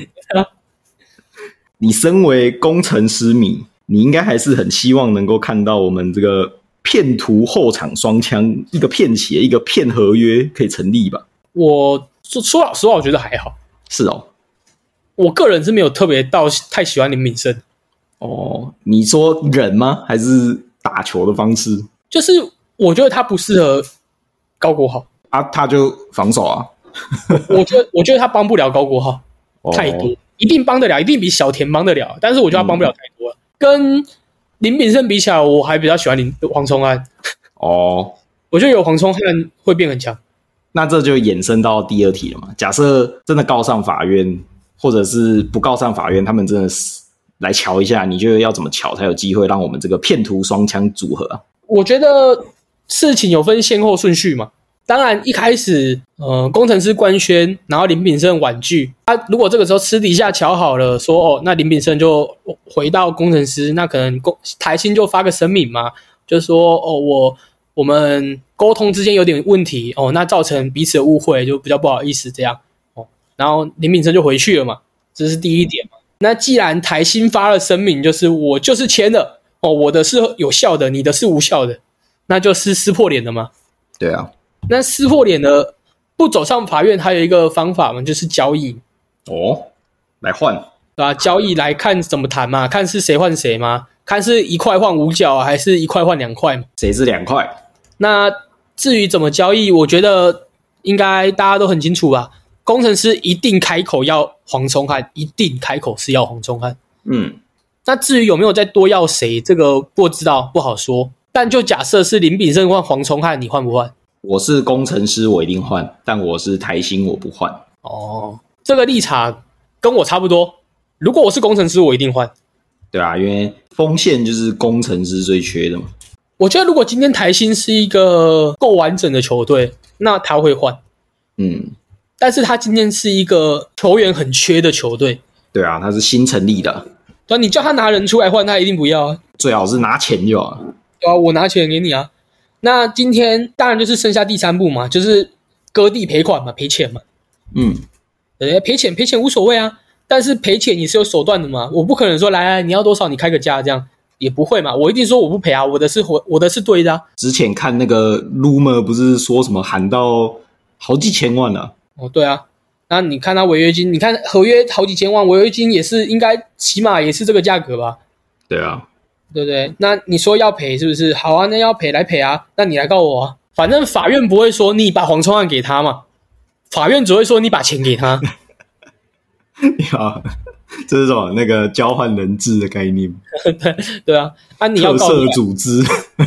[SPEAKER 1] 你身为工程师迷，你应该还是很希望能够看到我们这个骗图后场双枪，一个骗协，一个骗合约可以成立吧？
[SPEAKER 2] 我说说老实话，我觉得还好。
[SPEAKER 1] 是哦，
[SPEAKER 2] 我个人是没有特别到太喜欢林敏胜。
[SPEAKER 1] 哦，你说人吗？还是打球的方式？
[SPEAKER 2] 就是我觉得他不适合高国豪
[SPEAKER 1] 啊，他就防守啊。
[SPEAKER 2] 我觉得我觉得他帮不了高国豪、哦、太多，一定帮得了，一定比小田帮得了，但是我觉得他帮不了太多了。嗯、跟林炳胜比起来，我还比较喜欢林黄崇汉。哦，我觉得有黄崇汉会变很强。
[SPEAKER 1] 那这就衍生到第二题了嘛？假设真的告上法院，或者是不告上法院，他们真的是来瞧一下，你觉得要怎么瞧才有机会让我们这个骗图双枪组合啊？
[SPEAKER 2] 我觉得事情有分先后顺序嘛。当然一开始呃，工程师官宣，然后林炳胜婉拒啊。如果这个时候私底下瞧好了，说哦，那林炳胜就回到工程师，那可能台新就发个声明嘛，就说哦，我我们沟通之间有点问题哦，那造成彼此的误会，就比较不好意思这样哦。然后林炳胜就回去了嘛，这是第一点嘛。那既然台新发了声明，就是我就是签了哦，我的是有效的，你的是无效的，那就是撕破脸了嘛。
[SPEAKER 1] 对啊。
[SPEAKER 2] 那撕破脸的不走上法院，还有一个方法嘛，就是交易
[SPEAKER 1] 哦，来换，
[SPEAKER 2] 对吧？交易来看怎么谈嘛，看是谁换谁嘛，看是一块换五角，还是一块换两块嘛？
[SPEAKER 1] 谁是两块？
[SPEAKER 2] 那至于怎么交易，我觉得应该大家都很清楚吧。工程师一定开口要黄崇汉，一定开口是要黄崇汉。嗯，那至于有没有再多要谁，这个不知道，不好说。但就假设是林炳胜换黄崇汉，你换不换？
[SPEAKER 1] 我是工程师，我一定换，但我是台新，我不换。
[SPEAKER 2] 哦，这个立场跟我差不多。如果我是工程师，我一定换。
[SPEAKER 1] 对啊，因为锋线就是工程师最缺的嘛。
[SPEAKER 2] 我觉得如果今天台新是一个够完整的球队，那他会换。嗯，但是他今天是一个球员很缺的球队。
[SPEAKER 1] 对啊，他是新成立的。
[SPEAKER 2] 对啊，你叫他拿人出来换，他一定不要啊。
[SPEAKER 1] 最好是拿钱就好了。
[SPEAKER 2] 对啊，我拿钱给你啊。那今天当然就是剩下第三步嘛，就是割地赔款嘛，赔钱嘛。嗯，对，赔钱赔钱无所谓啊，但是赔钱你是有手段的嘛，我不可能说来来你要多少你开个价这样，也不会嘛，我一定说我不赔啊，我的是我我的是对的啊。
[SPEAKER 1] 之前看那个 rumor 不是说什么喊到好几千万啊？
[SPEAKER 2] 哦，对啊，那你看他违约金，你看合约好几千万，违约金也是应该起码也是这个价格吧？
[SPEAKER 1] 对啊。
[SPEAKER 2] 对不对？那你说要赔是不是？好啊，那要赔来赔啊，那你来告我啊。反正法院不会说你把黄崇汉给他嘛，法院只会说你把钱给他。
[SPEAKER 1] 好，这是什么那个交换人质的概念？
[SPEAKER 2] 对对啊，啊你要告
[SPEAKER 1] 特色组织。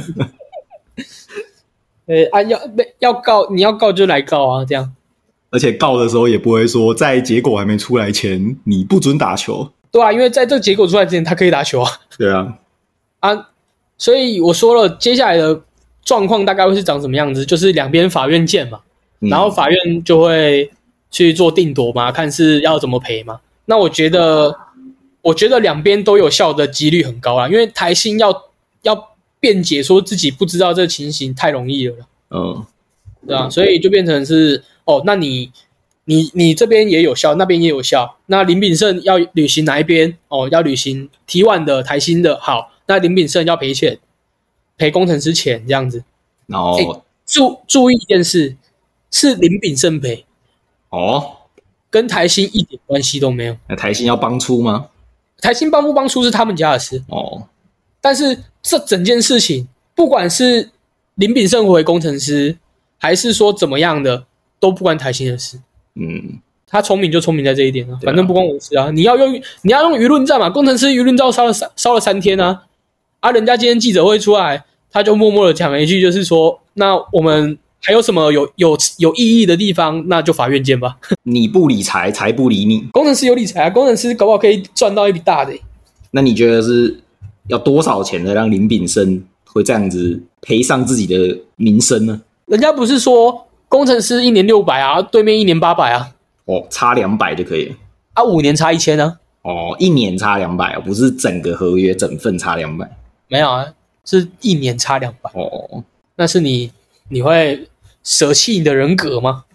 [SPEAKER 2] 呃啊要要告你要告就来告啊，这样。
[SPEAKER 1] 而且告的时候也不会说在结果还没出来前你不准打球。
[SPEAKER 2] 对啊，因为在这个结果出来之前他可以打球啊。
[SPEAKER 1] 对啊。
[SPEAKER 2] 啊，所以我说了，接下来的状况大概会是长什么样子，就是两边法院见嘛，嗯、然后法院就会去做定夺嘛，看是要怎么赔嘛。那我觉得，我觉得两边都有效的几率很高啦，因为台新要要辩解说自己不知道这个情形太容易了，嗯，对啊，所以就变成是哦，那你你你这边也有效，那边也有效，那林炳胜要履行哪一边？哦，要履行 T 一 的台新的好。那林炳胜要赔钱，赔工程师钱这样子。
[SPEAKER 1] 然后、欸、
[SPEAKER 2] 注注意一件事，是林炳胜赔哦，跟台新一点关系都没有。
[SPEAKER 1] 那台新要帮出吗？
[SPEAKER 2] 台新帮不帮出是他们家的事哦。但是这整件事情，不管是林炳胜回工程师，还是说怎么样的，都不关台新的事。嗯， 他聪明就聪明在这一点啊，反正不关我的事啊。你要用你要用舆论战嘛，工程师舆论战烧了三烧了三天啊，啊，人家今天记者会出来，他就默默的讲了一句，就是说，那我们还有什么有有有意义的地方，那就法院见吧。
[SPEAKER 1] 你不理财，财不理你。
[SPEAKER 2] 工程师有理财啊，工程师搞不好可以赚到一笔大的、欸。
[SPEAKER 1] 那你觉得是要多少钱的让林炳生会这样子赔上自己的名声呢？
[SPEAKER 2] 人家不是说工程师一年六百啊，对面一年八百啊。
[SPEAKER 1] 哦，差两百就可以了。
[SPEAKER 2] 啊，五年差一千啊。
[SPEAKER 1] 哦，一年差两百，不是整个合约整份差两百。
[SPEAKER 2] 没有啊，是一年差两百。
[SPEAKER 1] 哦，
[SPEAKER 2] 那是你你会舍弃你的人格吗？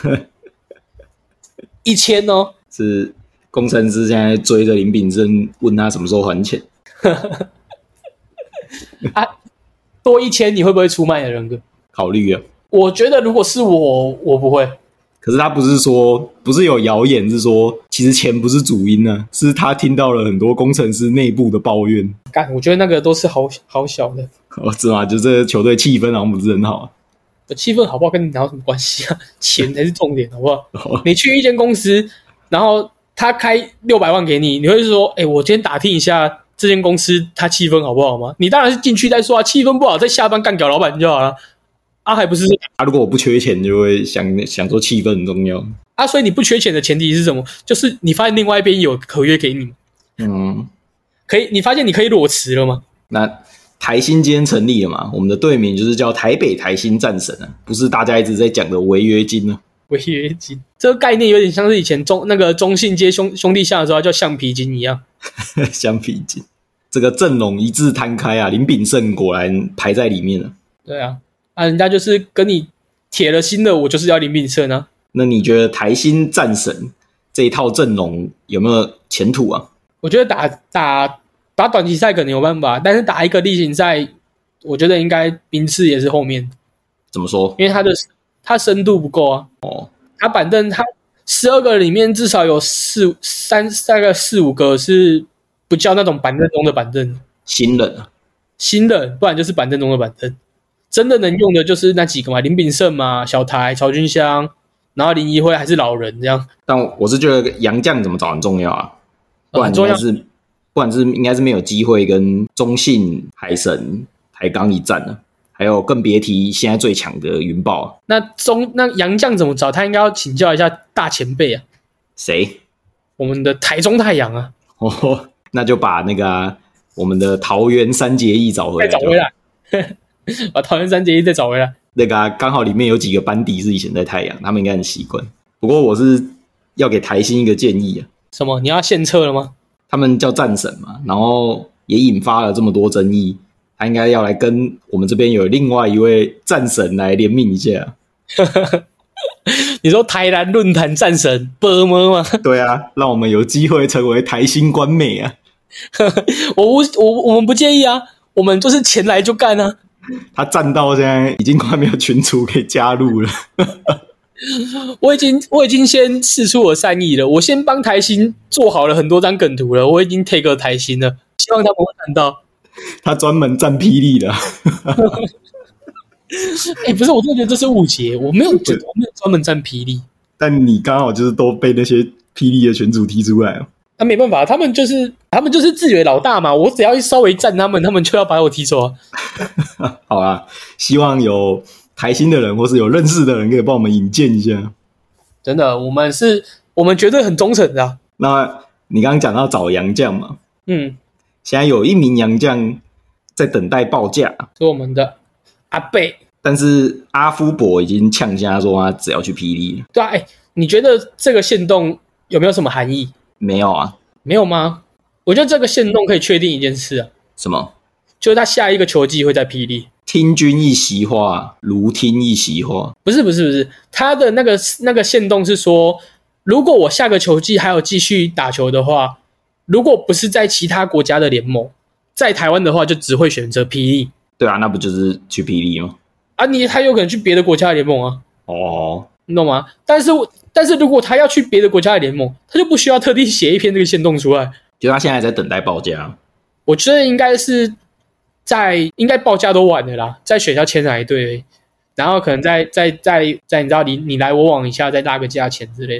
[SPEAKER 2] 一千哦，
[SPEAKER 1] 是工程师现在追着林炳生问他什么时候还钱。
[SPEAKER 2] 啊，多一千你会不会出卖你的人格？
[SPEAKER 1] 考虑啊。
[SPEAKER 2] 我觉得如果是我，我不会。
[SPEAKER 1] 可是他不是说，不是有谣言是说，其实钱不是主因呢、啊，是他听到了很多工程师内部的抱怨。
[SPEAKER 2] 干，我觉得那个都是好好小的。
[SPEAKER 1] 哦，是吗？就这个球队气氛好像不是很好、啊。
[SPEAKER 2] 气氛好不好跟你哪有什么关系啊？钱才是重点，好不好？哦、你去一间公司，然后他开六百万给你，你会说，哎、欸，我今天打听一下这间公司他气氛好不好吗？你当然是进去再说啊，气氛不好再下班干掉老板就好了。啊，还不是
[SPEAKER 1] 啊？如果我不缺钱，就会想想说气氛很重要
[SPEAKER 2] 啊。所以你不缺钱的前提是什么？就是你发现另外一边有合约给你，
[SPEAKER 1] 嗯，
[SPEAKER 2] 可以，你发现你可以裸辞了吗？
[SPEAKER 1] 那台新今天成立了嘛？我们的队名就是叫台北台新战神啊，不是大家一直在讲的违约金啊。
[SPEAKER 2] 违约金这个概念有点像是以前中那个中信接兄兄弟象的时候叫橡皮筋一样。
[SPEAKER 1] 橡皮筋，这个阵容一字摊开啊，林炳胜果然排在里面了。
[SPEAKER 2] 对啊。啊，人家就是跟你铁了心的，我就是要林炳胜啊。
[SPEAKER 1] 那你觉得台新战神这一套阵容有没有前途啊？
[SPEAKER 2] 我觉得打打打短期赛可能有办法，但是打一个例行赛，我觉得应该名次也是后面。
[SPEAKER 1] 怎么说？
[SPEAKER 2] 因为他的他深度不够啊。
[SPEAKER 1] 哦，
[SPEAKER 2] 他板凳他十二个里面至少有四三大概四五个是不叫那种板凳中的板凳，
[SPEAKER 1] 新人啊，
[SPEAKER 2] 新人，不然就是板凳中的板凳。真的能用的就是那几个嘛，林炳胜嘛，小台、曹君香，然后林怡辉还是老人这样。
[SPEAKER 1] 但我是觉得洋将怎么找很重要啊，不然应该是、嗯、不然是应该是没有机会跟中信、海神、台钢一战了。还有更别提现在最强的云豹、啊。
[SPEAKER 2] 那中那洋将怎么找？他应该要请教一下大前辈啊。
[SPEAKER 1] 谁？
[SPEAKER 2] 我们的台中太阳啊。
[SPEAKER 1] 哦，那就把那个、啊、我们的桃园三结义找回来，
[SPEAKER 2] 再找回来。把桃园三结义再找回来。
[SPEAKER 1] 那个刚、啊、好里面有几个班底是以前在太阳，他们应该很习惯。不过我是要给台新一个建议啊。
[SPEAKER 2] 什么？你要献策了吗？
[SPEAKER 1] 他们叫战神嘛，然后也引发了这么多争议，他应该要来跟我们这边有另外一位战神来联名一下。
[SPEAKER 2] 你说台南论坛战神波么吗？
[SPEAKER 1] 对啊，让我们有机会成为台新官美啊。
[SPEAKER 2] 我我我们不介意啊。我们就是钱来就干啊！
[SPEAKER 1] 他站到现在已经快没有群组可以加入了。
[SPEAKER 2] 我已经我已经先释出我善意了，我先帮台新做好了很多张梗图了，我已经 take 台新了，希望他们会看到。
[SPEAKER 1] 他专门站霹雳的。
[SPEAKER 2] 哎、欸，不是，我真的觉得这是误解，我没有我没有专门站霹雳，
[SPEAKER 1] 但你刚好就是都被那些霹雳的群组踢出来了。
[SPEAKER 2] 那、啊、没办法，他们就是他们就是自以为老大嘛，我只要稍微站他们，他们就要把我踢走啊。
[SPEAKER 1] 好啦，希望有台新的人或是有认识的人可以帮我们引荐一下。
[SPEAKER 2] 真的，我们是我们绝对很忠诚的、啊。
[SPEAKER 1] 那你刚刚讲到找洋将嘛，
[SPEAKER 2] 嗯，
[SPEAKER 1] 现在有一名洋将在等待报价，
[SPEAKER 2] 是我们的阿贝，
[SPEAKER 1] 但是阿夫伯已经呛下说他只要去霹雳。
[SPEAKER 2] 对啊，哎、欸，你觉得这个限动有没有什么含义？
[SPEAKER 1] 没有啊。
[SPEAKER 2] 没有吗？我觉得这个限动可以确定一件事啊。
[SPEAKER 1] 什么？
[SPEAKER 2] 就是他下一个球季会在霹雳。
[SPEAKER 1] 听君一席话，如听一席话。
[SPEAKER 2] 不是不是不是，他的那个那个限动是说，如果我下个球季还有继续打球的话，如果不是在其他国家的联盟，在台湾的话就只会选择霹雳。
[SPEAKER 1] 对啊，那不就是去霹雳吗？
[SPEAKER 2] 啊，你他有可能去别的国家的联盟啊。
[SPEAKER 1] 哦，
[SPEAKER 2] 你懂吗？但是但是如果他要去别的国家的联盟，他就不需要特地写一篇这个限动出来。
[SPEAKER 1] 就他现在在等待报价。
[SPEAKER 2] 我觉得应该是在应该报价都完了啦，在学校签哪一队，然后可能再再再再你知道你你来我往一下，再拉个价钱之类的。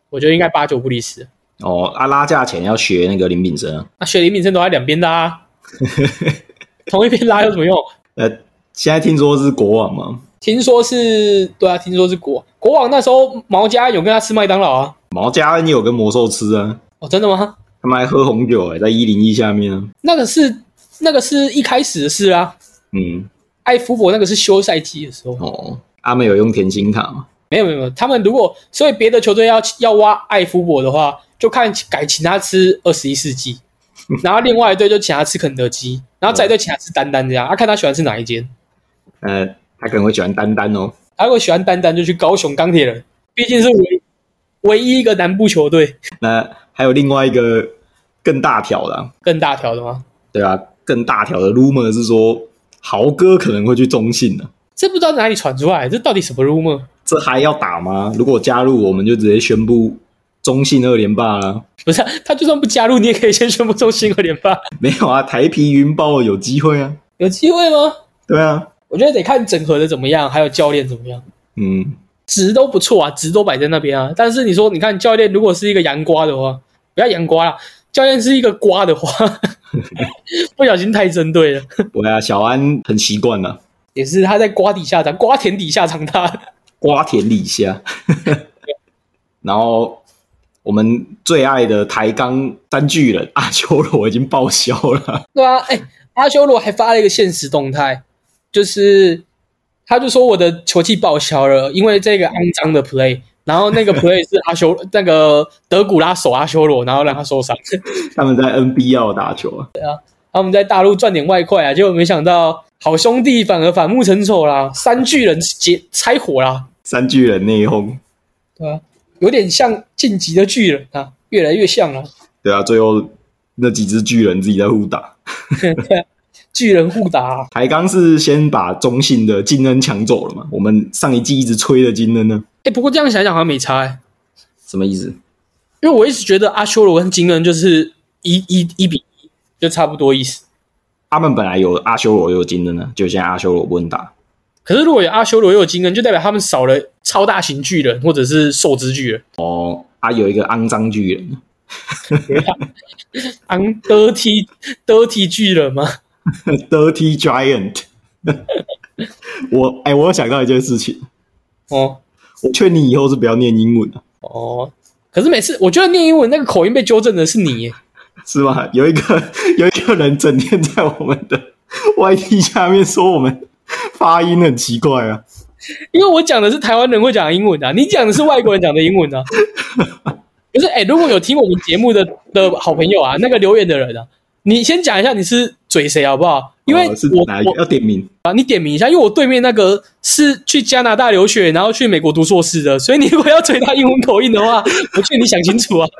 [SPEAKER 2] 我觉得应该八九不离十。
[SPEAKER 1] 哦，啊，拉价钱要学那个林炳生啊，
[SPEAKER 2] 那、啊、学林炳生都在两边拉、啊，同一边拉有什么用？
[SPEAKER 1] 呃，现在听说是国王吗？
[SPEAKER 2] 听说是，对啊，听说是国国王那时候毛家有跟他吃麦当劳啊，
[SPEAKER 1] 毛家恩也有跟魔兽吃啊。
[SPEAKER 2] 哦，真的吗？
[SPEAKER 1] 他们还喝红酒哎、欸，在一零一下面啊。
[SPEAKER 2] 那个是那个是一开始的事啊。
[SPEAKER 1] 嗯，
[SPEAKER 2] 艾福伯那个是休赛季的时候。
[SPEAKER 1] 哦，他们有用甜心卡吗？
[SPEAKER 2] 没有没有没有，他们如果所以别的球队要要挖艾福伯的话，就看改请他吃二十一世纪，然后另外一队就请他吃肯德基，然后再一队请他吃丹丹这样，啊看他喜欢吃哪一间。
[SPEAKER 1] 呃，他可能会喜欢丹丹哦。
[SPEAKER 2] 他如果喜欢丹丹，就去高雄钢铁人，毕竟是唯唯一一个南部球队。
[SPEAKER 1] 那还有另外一个更大条的、啊，
[SPEAKER 2] 更大条的吗？
[SPEAKER 1] 对啊，更大条的 rumor 是说豪哥可能会去中信的。
[SPEAKER 2] 这不知道哪里传出来，这到底什么 rumor？
[SPEAKER 1] 这还要打吗？如果加入，我们就直接宣布中信二连霸啦。
[SPEAKER 2] 不是、啊，他就算不加入，你也可以先宣布中信二连霸。
[SPEAKER 1] 没有啊，台啤云豹有机会啊。
[SPEAKER 2] 有机会吗？对
[SPEAKER 1] 啊，
[SPEAKER 2] 我觉得得看整合的怎么样，还有教练怎么样。
[SPEAKER 1] 嗯，
[SPEAKER 2] 值都不错啊，值都摆在那边啊。但是你说，你看教练如果是一个洋瓜的话，不要洋瓜啦，教练是一个瓜的话，不小心太针对了。
[SPEAKER 1] 对啊，小安很习惯了，
[SPEAKER 2] 也是他在瓜底下长，瓜田底下长大的。
[SPEAKER 1] 瓜田李下。然后我们最爱的台钢三巨人阿修罗已经报销了。
[SPEAKER 2] 对啊，哎、欸，阿修罗还发了一个限时动态，就是他就说我的球技报销了，因为这个肮脏的 play， 然后那个 play 是阿修那个德古拉守阿修罗，然后让他受伤。
[SPEAKER 1] 他们在 N B A 打球啊。
[SPEAKER 2] 对啊，他们在大陆赚点外快啊，结果没想到好兄弟反而反目成仇啦，三巨人结拆伙啦。三
[SPEAKER 1] 巨人内讧，
[SPEAKER 2] 对啊，有点像晋级的巨人啊，越来越像了。
[SPEAKER 1] 对啊，最后那几只巨人自己在互打。
[SPEAKER 2] 对啊，巨人互打、啊。
[SPEAKER 1] 台钢是先把中信的金恩抢走了嘛？我们上一季一直吹的金恩呢？
[SPEAKER 2] 哎、欸，不过这样想想好像没差哎、欸。
[SPEAKER 1] 什么意思？
[SPEAKER 2] 因为我一直觉得阿修罗跟金恩就是一一一比一，就差不多意思。
[SPEAKER 1] 他们本来有阿修罗又有金恩呢，就现在阿修罗不能打。可
[SPEAKER 2] 是如果有阿修罗又有金恩，就代表他们少了超大型巨人或者是兽之巨人。
[SPEAKER 1] 哦，啊，有一个肮脏巨人。
[SPEAKER 2] 肮 dirty dirty 巨人吗
[SPEAKER 1] ？Dirty Giant 我。哎、欸，我有想到一件事情。
[SPEAKER 2] 哦，
[SPEAKER 1] 我劝你以后是不要念英文的。
[SPEAKER 2] 哦，可是每次我觉得念英文那个口音被纠正的是你耶。
[SPEAKER 1] 是吗？有一个有一个人整天在我们的 Y T 下面说我们发音很奇怪啊，
[SPEAKER 2] 因为我讲的是台湾人会讲的英文啊，你讲的是外国人讲的英文啊。可是哎、欸，如果有听我们节目的的好朋友啊，那个留言的人啊，你先讲一下你是嘴谁好不好？因为我、哦、
[SPEAKER 1] 是哪一个要点名
[SPEAKER 2] 啊，你点名一下，因为我对面那个是去加拿大留学，然后去美国读硕士的，所以你如果要嘴他英文口音的话，我劝你想清楚啊。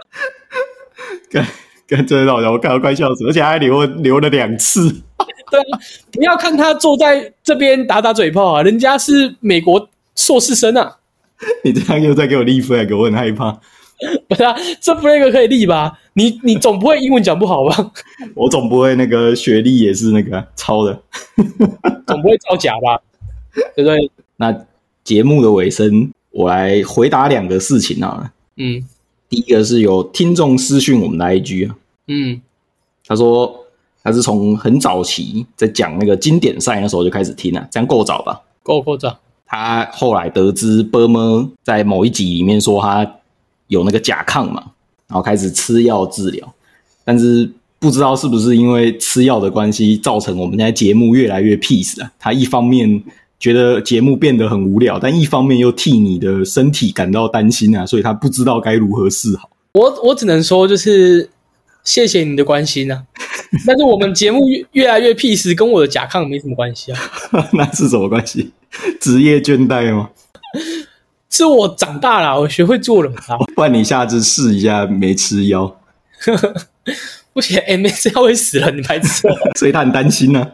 [SPEAKER 1] 跟真的好笑，我看到快笑死，而且还留留了两次。
[SPEAKER 2] 对啊，不要看他坐在这边打打嘴炮啊，人家是美国硕士生啊。
[SPEAKER 1] 你这样又在给我立 flag， 我很害怕。
[SPEAKER 2] 不是啊，这 flag 可以立吧？你你总不会英文讲不好吧？
[SPEAKER 1] 我总不会那个学历也是那个抄的，
[SPEAKER 2] 总不会造假吧？对不对？
[SPEAKER 1] 那节目的尾声，我来回答两个事情啊。
[SPEAKER 2] 嗯。
[SPEAKER 1] 第一个是有听众私讯我们的 I G 啊，
[SPEAKER 2] 嗯，
[SPEAKER 1] 他说他是从很早期在讲那个经典赛那时候就开始听啊，这样够早吧？
[SPEAKER 2] 够够早。
[SPEAKER 1] 他后来得知波么在某一集里面说他有那个甲亢嘛，然后开始吃药治疗，但是不知道是不是因为吃药的关系造成我们现在节目越来越 peace 啊。他一方面觉得节目变得很无聊，但一方面又替你的身体感到担心啊，所以他不知道该如何是好。
[SPEAKER 2] 我我只能说就是谢谢你的关心啊，但是我们节目越来越 peace 跟我的甲亢没什么关系啊。
[SPEAKER 1] 那是什么关系？职业倦怠吗？
[SPEAKER 2] 是我长大了，我学会做人了。
[SPEAKER 1] 不然你下次试一下没吃药。
[SPEAKER 2] 不行，哎、欸，没吃药会死了，你白痴哦。
[SPEAKER 1] 所以他很担心呢、啊。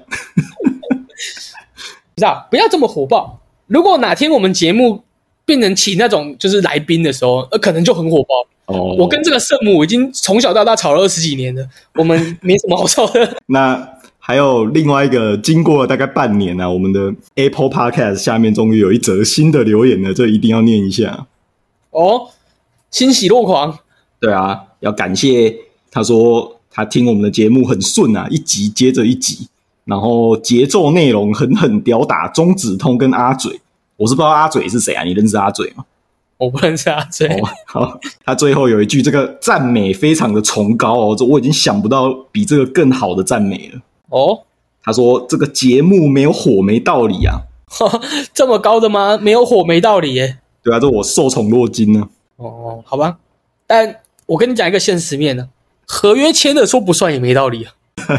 [SPEAKER 2] 不是啊，不要这么火爆。如果哪天我们节目变成请那种就是来宾的时候，呃，可能就很火爆。哦，我跟这个圣母已经从小到大吵了二十几年了，我们没什么好吵的。
[SPEAKER 1] 那还有另外一个，经过了大概半年啊，我们的 Apple Podcast 下面终于有一则新的留言了，这一定要念一下。
[SPEAKER 2] 哦， 欣喜若狂。
[SPEAKER 1] 对啊，要感谢他说他听我们的节目很顺啊，一集接着一集，然后节奏内容狠狠吊打中指通跟阿嘴。我是不知道阿嘴是谁啊？你认识阿嘴吗？
[SPEAKER 2] 我不认识阿嘴。
[SPEAKER 1] 哦，好，他最后有一句这个赞美非常的崇高哦，我已经想不到比这个更好的赞美了。
[SPEAKER 2] 哦，
[SPEAKER 1] 他说这个节目没有火没道理啊。
[SPEAKER 2] 这么高的吗？没有火没道理耶。对
[SPEAKER 1] 啊，这我受宠若惊呢。
[SPEAKER 2] 哦，好吧，但我跟你讲一个现实面呢，合约签的说不算也没道理啊。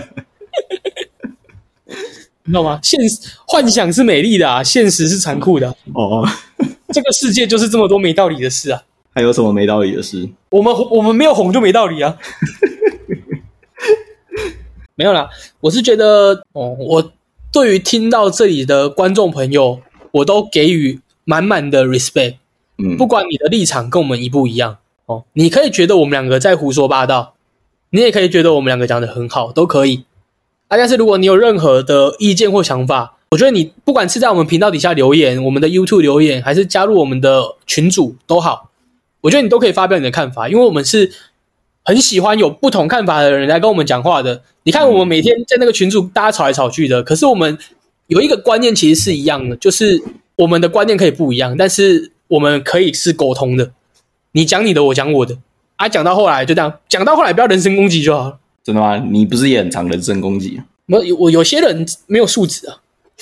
[SPEAKER 2] 你知道吗？现幻想是美丽的啊，现实是残酷的、啊。哦，这个世界就是这么多没道理的事啊。
[SPEAKER 1] 还有什么没道理的事？
[SPEAKER 2] 我们我们没有红就没道理啊。没有啦，我是觉得哦，我对于听到这里的观众朋友，我都给予满满的 respect。嗯，不管你的立场跟我们一不一样哦，你可以觉得我们两个在胡说八道，你也可以觉得我们两个讲得很好，都可以。啊，但是如果你有任何的意见或想法，我觉得你不管是在我们频道底下留言，我们的 YouTube 留言，还是加入我们的群组都好，我觉得你都可以发表你的看法，因为我们是很喜欢有不同看法的人来跟我们讲话的。你看我们每天在那个群组大家吵来吵去的，可是我们有一个观念其实是一样的，就是我们的观念可以不一样，但是我们可以是沟通的，你讲你的，我讲我的啊，讲到后来就这样，讲到后来不要人身攻击就好了。
[SPEAKER 1] 真的吗？你不是也很常人身攻击？
[SPEAKER 2] 没有，我有些人没有素质啊。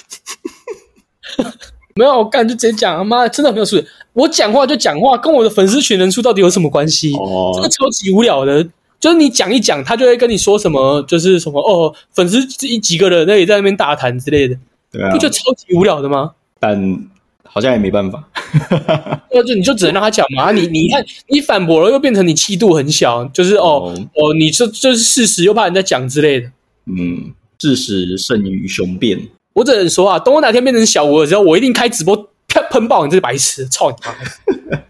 [SPEAKER 2] 没有，我干就直接讲，妈真的没有素质。我讲话就讲话，跟我的粉丝群人数到底有什么关系？哦，这个超级无聊的。就是你讲一讲，他就会跟你说什么，就是什么哦，粉丝几个人那里在那边大谈之类的，对啊，不就超级无聊的吗？
[SPEAKER 1] 但好像也没办法。
[SPEAKER 2] 那就你就只能让他讲嘛。你你看，你反驳了又变成你气度很小，就是哦、嗯、哦，你这这是事实，又怕人家讲之类的。
[SPEAKER 1] 嗯，事实胜于雄辩。
[SPEAKER 2] 我只能说啊，等我哪天变成小我的时候，我一定开直播喷爆你这白痴，操你妈！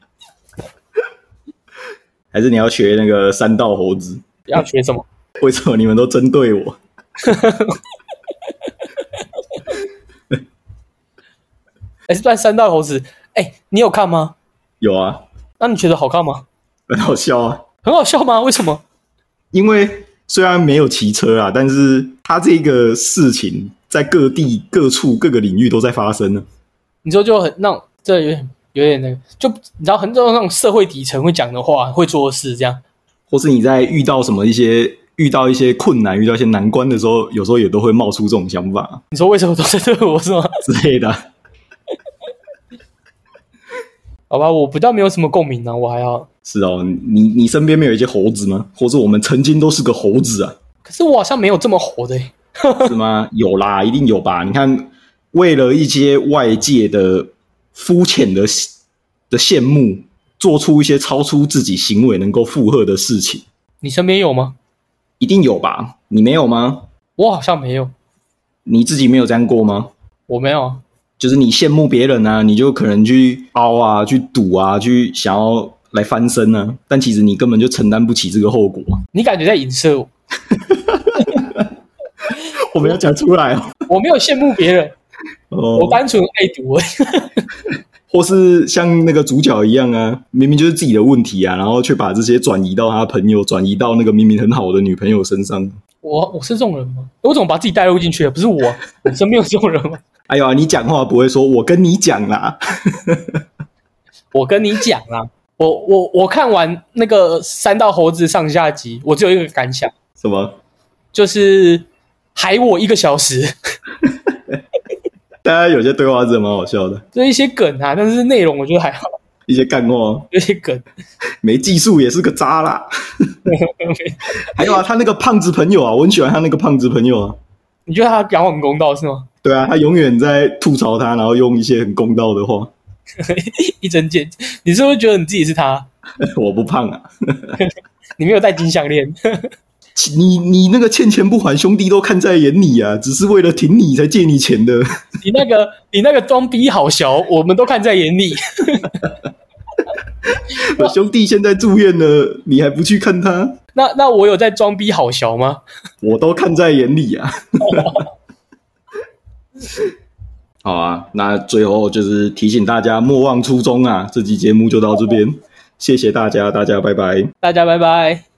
[SPEAKER 1] 还是你要学那个山道猴子？
[SPEAKER 2] 要学什么？
[SPEAKER 1] 为什么你们都针对我？
[SPEAKER 2] 哎、欸，是不是山道猴子？哎、欸，你有看吗？
[SPEAKER 1] 有啊。
[SPEAKER 2] 那你觉得好看吗？
[SPEAKER 1] 很好笑啊。
[SPEAKER 2] 很好笑吗？为什么？
[SPEAKER 1] 因为虽然没有骑车啊，但是他这个事情在各地各处各个领域都在发生呢。
[SPEAKER 2] 你说就很那种，这有点有点那个，就你知道很多那种社会底层会讲的话，会做的事这样，
[SPEAKER 1] 或是你在遇到什么一些遇到一些困难、遇到一些难关的时候，有时候也都会冒出这种想法。
[SPEAKER 2] 你说为什么都在对我是吗？
[SPEAKER 1] 之类的。
[SPEAKER 2] 好吧，我比较没有什么共鸣啊，我还好。
[SPEAKER 1] 是哦，你你身边没有一些猴子吗？或者我们曾经都是个猴子啊？
[SPEAKER 2] 可是我好像没有这么猴的、欸，
[SPEAKER 1] 是吗？有啦，一定有吧？你看，为了一些外界的肤浅的的羡慕，做出一些超出自己行为能够负荷的事情。
[SPEAKER 2] 你身边有吗？
[SPEAKER 1] 一定有吧？你没有吗？
[SPEAKER 2] 我好像没有。
[SPEAKER 1] 你自己没有这样过吗？
[SPEAKER 2] 我没有啊。就是
[SPEAKER 1] 你羡慕别人啊，你就可能去凹啊，去赌啊，去想要来翻身啊，但其实你根本就承担不起这个后果。
[SPEAKER 2] 你感觉在影射我？
[SPEAKER 1] 我没有讲出来哦。
[SPEAKER 2] 我没有羡慕别人，哦、我单纯爱赌而已。
[SPEAKER 1] 或是像那个主角一样啊，明明就是自己的问题啊，然后却把这些转移到他朋友，转移到那个明明很好的女朋友身上。
[SPEAKER 2] 我我是这种人吗？我怎么把自己带入进去了？不是我，我身边有这种人吗？
[SPEAKER 1] 哎呦，你讲话不会说我跟你讲啦。
[SPEAKER 2] 我跟你讲啦，我我我看完那个三道猴子上下集，我只有一个感想。
[SPEAKER 1] 什么？
[SPEAKER 2] 就是还我一个小时。
[SPEAKER 1] 大家有些对话真的蛮好笑的，
[SPEAKER 2] 就一些梗啊，但是内容我觉得还好。
[SPEAKER 1] 一些干话，
[SPEAKER 2] 一些梗，
[SPEAKER 1] 没技术也是个渣啦。还有啊，他那个胖子朋友啊，我很喜欢他那个胖子朋友啊。
[SPEAKER 2] 你觉得他讲话很公道是吗？
[SPEAKER 1] 对啊，他永远在吐槽他，然后用一些很公道的话。
[SPEAKER 2] 一针见，你是不是觉得你自己是他？
[SPEAKER 1] 我不胖啊。
[SPEAKER 2] 你没有戴金项链。
[SPEAKER 1] 你你那个欠钱不还，兄弟都看在眼里啊，只是为了挺你才借你钱的。
[SPEAKER 2] 你那个你那个装逼好小，我们都看在眼里。
[SPEAKER 1] 我兄弟现在住院了，你还不去看他？
[SPEAKER 2] 那那我有在装逼好小吗？
[SPEAKER 1] 我都看在眼里啊。好啊，那最后就是提醒大家莫忘初衷啊！这期节目就到这边。 谢谢大家，大家拜拜。
[SPEAKER 2] 大家拜拜。